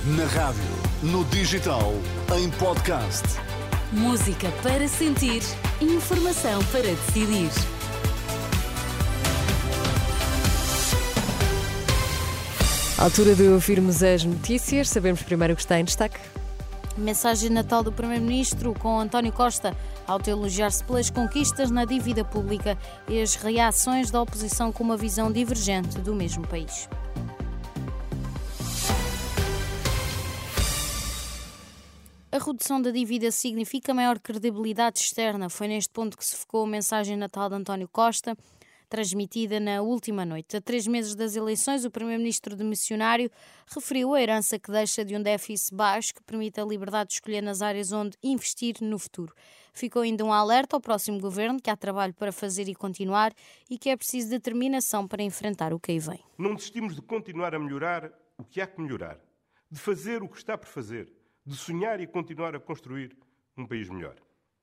Na rádio, no digital, em podcast. Música para sentir, informação para decidir. À altura de ouvirmos as notícias, sabemos primeiro o que está em destaque. Mensagem de Natal do Primeiro-Ministro com António Costa, autoelogiar-se pelas conquistas na dívida pública e as reações da oposição com uma visão divergente do mesmo país. A redução da dívida significa maior credibilidade externa. Foi neste ponto que se focou a mensagem de Natal de António Costa, transmitida na última noite. A 3 meses das eleições, o Primeiro-Ministro demissionário referiu a herança que deixa de um déficit baixo que permite a liberdade de escolher nas áreas onde investir no futuro. Ficou ainda um alerta ao próximo governo que há trabalho para fazer e continuar e que é preciso determinação para enfrentar o que aí vem. Não desistimos de continuar a melhorar o que há que melhorar, de fazer o que está por fazer, de sonhar e continuar a construir um país melhor.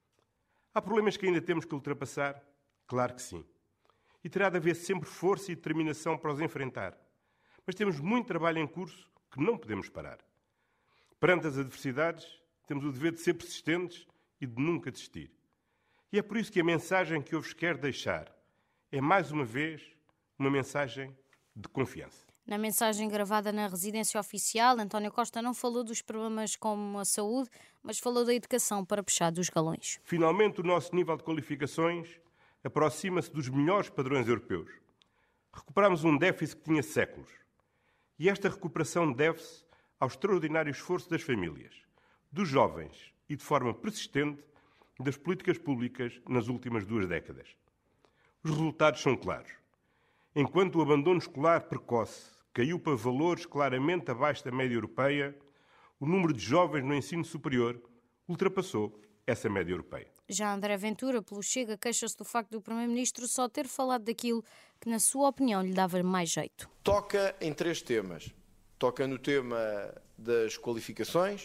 Há problemas que ainda temos que ultrapassar? Claro que sim. E terá de haver sempre força e determinação para os enfrentar. Mas temos muito trabalho em curso que não podemos parar. Perante as adversidades, temos o dever de ser persistentes e de nunca desistir. E é por isso que a mensagem que eu vos quero deixar é, mais uma vez, uma mensagem de confiança. Na mensagem gravada na residência oficial, António Costa não falou dos problemas como a saúde, mas falou da educação para puxar dos galões. Finalmente, o nosso nível de qualificações aproxima-se dos melhores padrões europeus. Recuperamos um déficit que tinha séculos. E esta recuperação deve-se ao extraordinário esforço das famílias, dos jovens e, de forma persistente, das políticas públicas nas últimas 2 décadas. Os resultados são claros. Enquanto o abandono escolar precoce caiu para valores claramente abaixo da média europeia, o número de jovens no ensino superior ultrapassou essa média europeia. Já André Ventura, pelo Chega, queixa-se do facto do Primeiro-Ministro só ter falado daquilo que, na sua opinião, lhe dava mais jeito. Toca em 3 temas. Toca no tema das qualificações,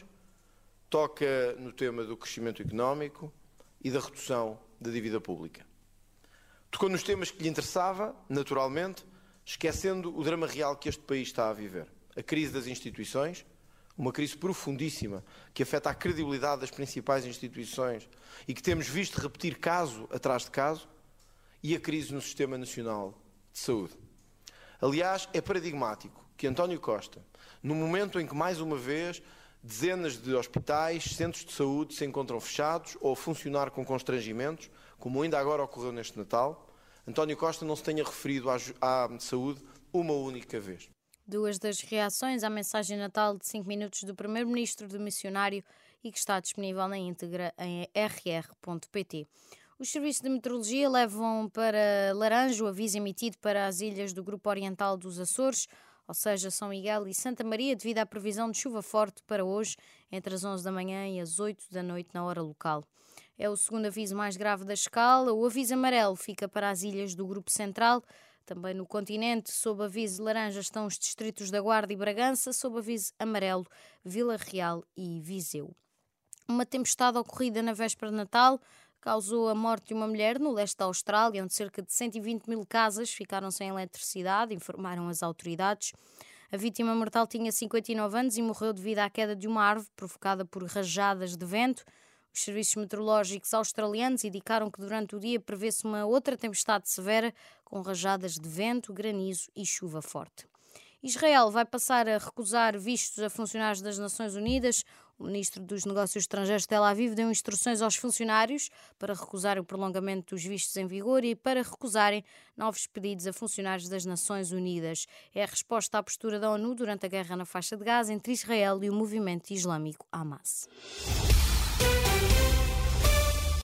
toca no tema do crescimento económico e da redução da dívida pública. Tocou nos temas que lhe interessava, naturalmente, esquecendo o drama real que este país está a viver. A crise das instituições, uma crise profundíssima que afeta a credibilidade das principais instituições e que temos visto repetir caso atrás de caso, e a crise no Sistema Nacional de Saúde. Aliás, é paradigmático que António Costa, no momento em que, mais uma vez, dezenas de hospitais, centros de saúde se encontram fechados ou a funcionar com constrangimentos, como ainda agora ocorreu neste Natal, António Costa não se tenha referido à saúde uma única vez. 2 das reações à mensagem de Natal de 5 minutos do Primeiro-Ministro demissionário e que está disponível na íntegra em rr.pt. Os serviços de meteorologia levam para laranja o aviso emitido para as ilhas do Grupo Oriental dos Açores, ou seja, São Miguel e Santa Maria, devido à previsão de chuva forte para hoje, entre as 11 da manhã e as 8 da noite na hora local. É o segundo aviso mais grave da escala. O aviso amarelo fica para as ilhas do Grupo Central. Também no continente, sob aviso laranja, estão os distritos da Guarda e Bragança, sob aviso amarelo, Vila Real e Viseu. Uma tempestade ocorrida na véspera de Natal causou a morte de uma mulher no leste da Austrália, onde cerca de 120 mil casas ficaram sem eletricidade, informaram as autoridades. A vítima mortal tinha 59 anos e morreu devido à queda de uma árvore provocada por rajadas de vento. Os serviços meteorológicos australianos indicaram que durante o dia prevê-se uma outra tempestade severa, com rajadas de vento, granizo e chuva forte. Israel vai passar a recusar vistos a funcionários das Nações Unidas. O ministro dos Negócios Estrangeiros de Tel Aviv deu instruções aos funcionários para recusar o prolongamento dos vistos em vigor e para recusarem novos pedidos a funcionários das Nações Unidas. É a resposta à postura da ONU durante a guerra na faixa de Gaza entre Israel e o movimento islâmico Hamas.